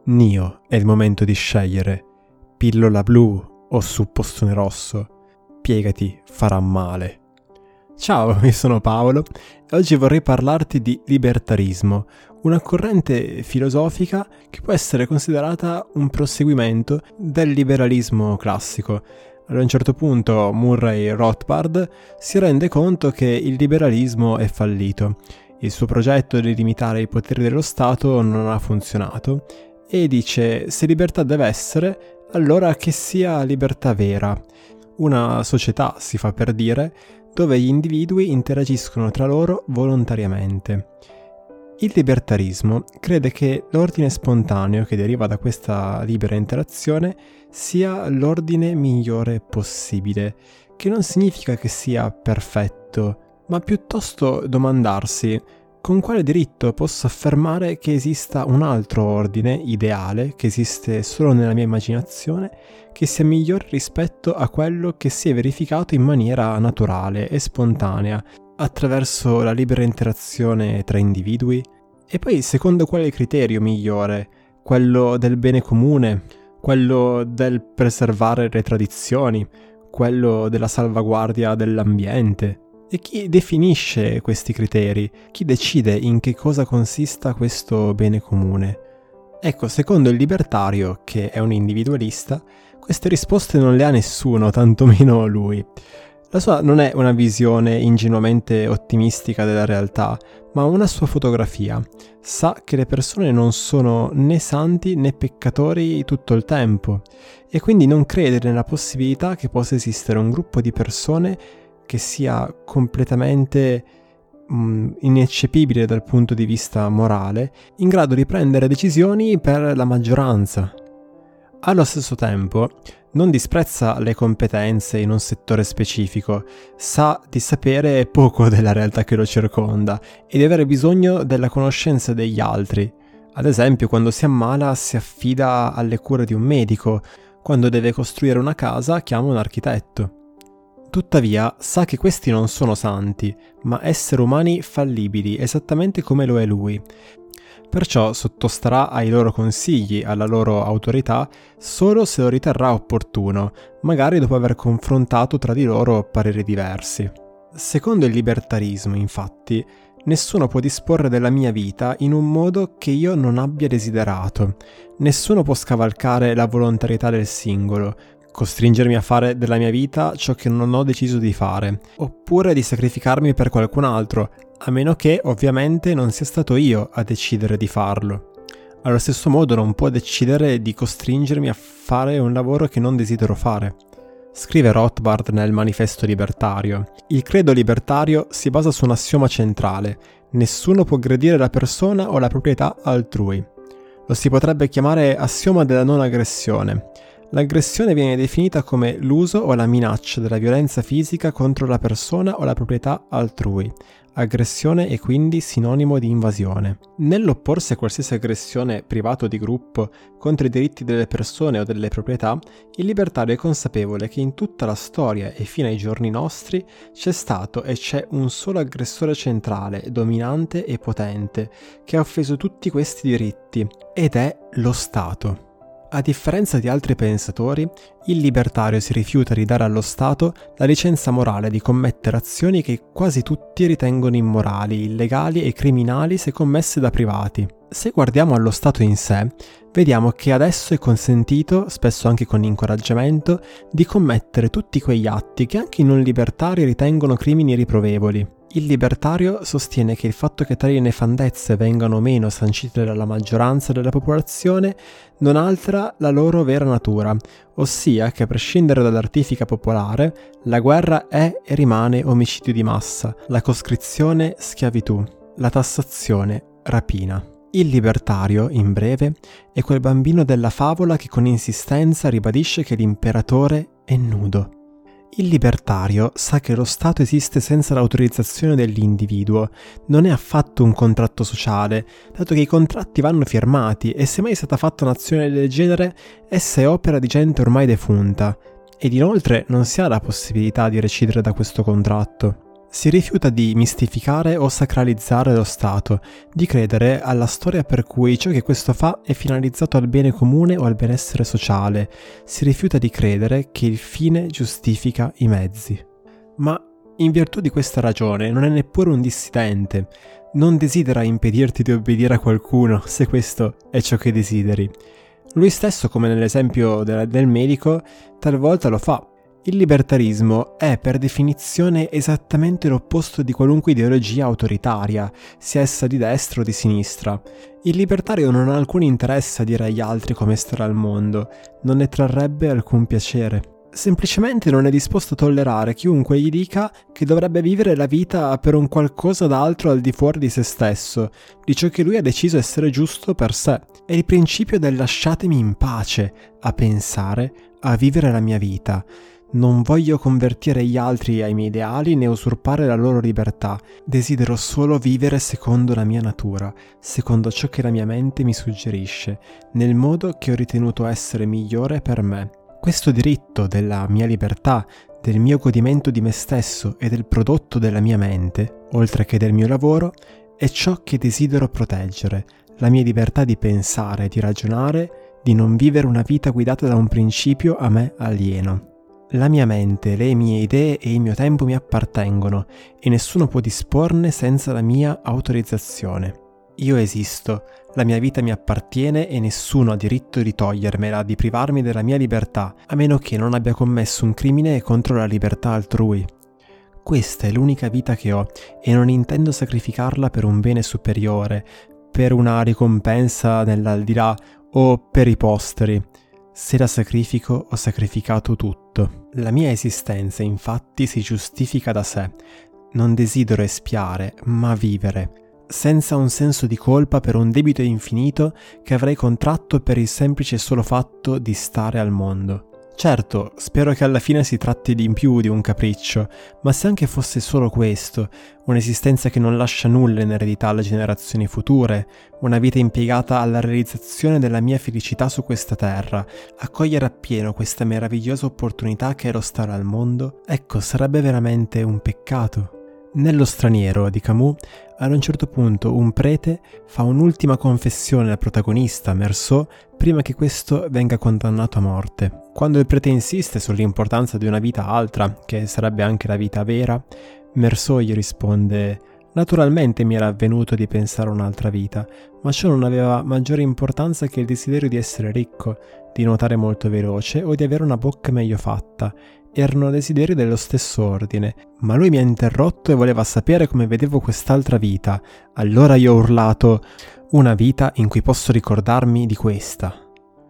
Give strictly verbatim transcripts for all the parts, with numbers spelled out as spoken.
Nio, è il momento di scegliere. Pillola blu o suppostone rosso? Piegati, farà male. Ciao, io sono Paolo e oggi vorrei parlarti di libertarismo, una corrente filosofica che può essere considerata un proseguimento del liberalismo classico. Ad un certo punto Murray Rothbard si rende conto che il liberalismo è fallito. Il suo progetto di limitare i poteri dello Stato non ha funzionato e dice: se libertà deve essere, allora che sia libertà vera. Una società, si fa per dire, dove gli individui interagiscono tra loro volontariamente. Il libertarismo crede che l'ordine spontaneo che deriva da questa libera interazione sia l'ordine migliore possibile, che non significa che sia perfetto, ma piuttosto domandarsi: con quale diritto posso affermare che esista un altro ordine ideale, che esiste solo nella mia immaginazione, che sia migliore rispetto a quello che si è verificato in maniera naturale e spontanea, attraverso la libera interazione tra individui? E poi secondo quale criterio migliore? Quello del bene comune? Quello del preservare le tradizioni? Quello della salvaguardia dell'ambiente? E chi definisce questi criteri? Chi decide in che cosa consista questo bene comune? Ecco, secondo il libertario, che è un individualista, queste risposte non le ha nessuno, tantomeno lui. La sua non è una visione ingenuamente ottimistica della realtà, ma una sua fotografia. Sa che le persone non sono né santi né peccatori tutto il tempo, e quindi non crede nella possibilità che possa esistere un gruppo di persone che sia completamente mh, ineccepibile dal punto di vista morale, in grado di prendere decisioni per la maggioranza. Allo stesso tempo, non disprezza le competenze in un settore specifico, sa di sapere poco della realtà che lo circonda e di avere bisogno della conoscenza degli altri. Ad esempio, quando si ammala si affida alle cure di un medico, quando deve costruire una casa chiama un architetto. Tuttavia, sa che questi non sono santi, ma esseri umani fallibili, esattamente come lo è lui. Perciò sottostarà ai loro consigli, alla loro autorità, solo se lo riterrà opportuno, magari dopo aver confrontato tra di loro pareri diversi. Secondo il libertarismo, infatti, nessuno può disporre della mia vita in un modo che io non abbia desiderato. Nessuno può scavalcare la volontarietà del singolo, costringermi a fare della mia vita ciò che non ho deciso di fare, oppure di sacrificarmi per qualcun altro, a meno che ovviamente non sia stato io a decidere di farlo. Allo stesso modo non può decidere di costringermi a fare un lavoro che non desidero fare. Scrive Rothbard nel Manifesto Libertario: il credo libertario si basa su un assioma centrale: nessuno può aggredire la persona o la proprietà altrui. Lo si potrebbe chiamare assioma della non aggressione. L'aggressione viene definita come l'uso o la minaccia della violenza fisica contro la persona o la proprietà altrui. Aggressione è quindi sinonimo di invasione. Nell'opporsi a qualsiasi aggressione privata o di gruppo contro i diritti delle persone o delle proprietà, il libertario è consapevole che in tutta la storia e fino ai giorni nostri c'è stato e c'è un solo aggressore centrale, dominante e potente, che ha offeso tutti questi diritti, ed è lo Stato. A differenza di altri pensatori, il libertario si rifiuta di dare allo Stato la licenza morale di commettere azioni che quasi tutti ritengono immorali, illegali e criminali se commesse da privati. Se guardiamo allo Stato in sé, vediamo che adesso è consentito, spesso anche con incoraggiamento, di commettere tutti quegli atti che anche i non libertari ritengono crimini riprovevoli. Il libertario sostiene che il fatto che tali nefandezze vengano meno sancite dalla maggioranza della popolazione non altera la loro vera natura, ossia che a prescindere dall'artifica popolare, la guerra è e rimane omicidio di massa, la coscrizione schiavitù, la tassazione rapina. Il libertario, in breve, è quel bambino della favola che con insistenza ribadisce che l'imperatore è nudo. Il libertario sa che lo Stato esiste senza l'autorizzazione dell'individuo, non è affatto un contratto sociale, dato che i contratti vanno firmati e se mai è stata fatta un'azione del genere, essa è opera di gente ormai defunta, ed inoltre non si ha la possibilità di recidere da questo contratto. Si rifiuta di mistificare o sacralizzare lo Stato, di credere alla storia per cui ciò che questo fa è finalizzato al bene comune o al benessere sociale. Si rifiuta di credere che il fine giustifica i mezzi. Ma in virtù di questa ragione non è neppure un dissidente. Non desidera impedirti di obbedire a qualcuno, se questo è ciò che desideri. Lui stesso, come nell'esempio del, del medico, talvolta lo fa. Il libertarismo è per definizione esattamente l'opposto di qualunque ideologia autoritaria, sia essa di destra o di sinistra. Il libertario non ha alcun interesse a dire agli altri come stare al mondo, non ne trarrebbe alcun piacere. Semplicemente non è disposto a tollerare chiunque gli dica che dovrebbe vivere la vita per un qualcosa d'altro al di fuori di se stesso, di ciò che lui ha deciso essere giusto per sé. È il principio del lasciatemi in pace a pensare, a vivere la mia vita. Non voglio convertire gli altri ai miei ideali né usurpare la loro libertà. Desidero solo vivere secondo la mia natura, secondo ciò che la mia mente mi suggerisce, nel modo che ho ritenuto essere migliore per me. Questo diritto della mia libertà, del mio godimento di me stesso e del prodotto della mia mente, oltre che del mio lavoro, è ciò che desidero proteggere, la mia libertà di pensare, di ragionare, di non vivere una vita guidata da un principio a me alieno. La mia mente, le mie idee e il mio tempo mi appartengono e nessuno può disporne senza la mia autorizzazione. Io esisto, la mia vita mi appartiene e nessuno ha diritto di togliermela, di privarmi della mia libertà, a meno che non abbia commesso un crimine contro la libertà altrui. Questa è l'unica vita che ho e non intendo sacrificarla per un bene superiore, per una ricompensa nell'aldilà o per i posteri. Se la sacrifico, ho sacrificato tutto. La mia esistenza, infatti, si giustifica da sé. Non desidero espiare, ma vivere, senza un senso di colpa per un debito infinito che avrei contratto per il semplice e solo fatto di stare al mondo. Certo, spero che alla fine si tratti di più di un capriccio, ma se anche fosse solo questo, un'esistenza che non lascia nulla in eredità alle generazioni future, una vita impiegata alla realizzazione della mia felicità su questa terra, a cogliere appieno questa meravigliosa opportunità che è lo stare al mondo, ecco, sarebbe veramente un peccato. Nello Straniero di Camus, ad un certo punto un prete fa un'ultima confessione al protagonista, Meursault, prima che questo venga condannato a morte. Quando il prete insiste sull'importanza di una vita altra, che sarebbe anche la vita vera, Meursault gli risponde: «Naturalmente mi era avvenuto di pensare a un'altra vita, ma ciò non aveva maggiore importanza che il desiderio di essere ricco, di nuotare molto veloce o di avere una bocca meglio fatta. Erano desideri dello stesso ordine, ma lui mi ha interrotto e voleva sapere come vedevo quest'altra vita. Allora io ho urlato: una vita in cui posso ricordarmi di questa».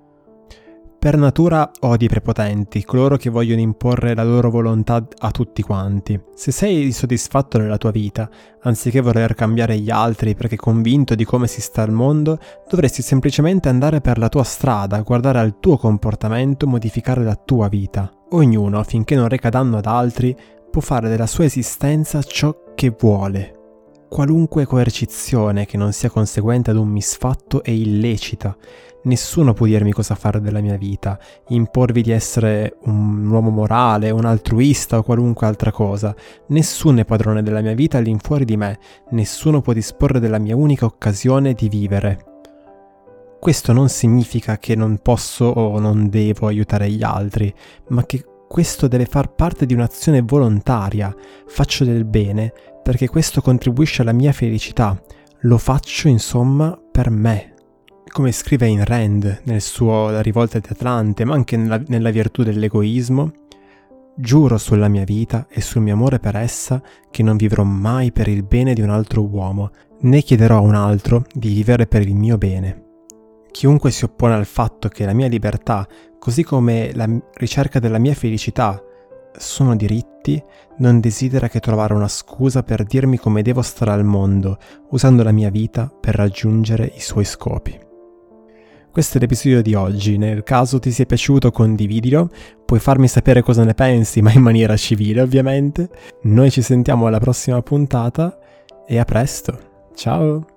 Per natura odi i prepotenti, coloro che vogliono imporre la loro volontà a tutti quanti. Se sei soddisfatto nella tua vita, anziché voler cambiare gli altri perché convinto di come si sta al mondo, dovresti semplicemente andare per la tua strada, guardare al tuo comportamento, modificare la tua vita. Ognuno, finché non reca danno ad altri, può fare della sua esistenza ciò che vuole. Qualunque coercizione che non sia conseguente ad un misfatto è illecita. Nessuno può dirmi cosa fare della mia vita, imporvi di essere un uomo morale, un altruista o qualunque altra cosa. Nessuno è padrone della mia vita all'infuori di me, nessuno può disporre della mia unica occasione di vivere. Questo non significa che non posso o non devo aiutare gli altri, ma che questo deve far parte di un'azione volontaria. Faccio del bene perché questo contribuisce alla mia felicità. Lo faccio, insomma, per me. Come scrive Ayn Rand nel suo La rivolta di Atlante, ma anche nella, nella virtù dell'egoismo: «Giuro sulla mia vita e sul mio amore per essa che non vivrò mai per il bene di un altro uomo, né chiederò a un altro di vivere per il mio bene». Chiunque si oppone al fatto che la mia libertà, così come la ricerca della mia felicità, sono diritti, non desidera che trovare una scusa per dirmi come devo stare al mondo, usando la mia vita per raggiungere i suoi scopi. Questo è l'episodio di oggi. Nel caso ti sia piaciuto, condividilo, puoi farmi sapere cosa ne pensi, ma in maniera civile ovviamente. Noi ci sentiamo alla prossima puntata e a presto. Ciao!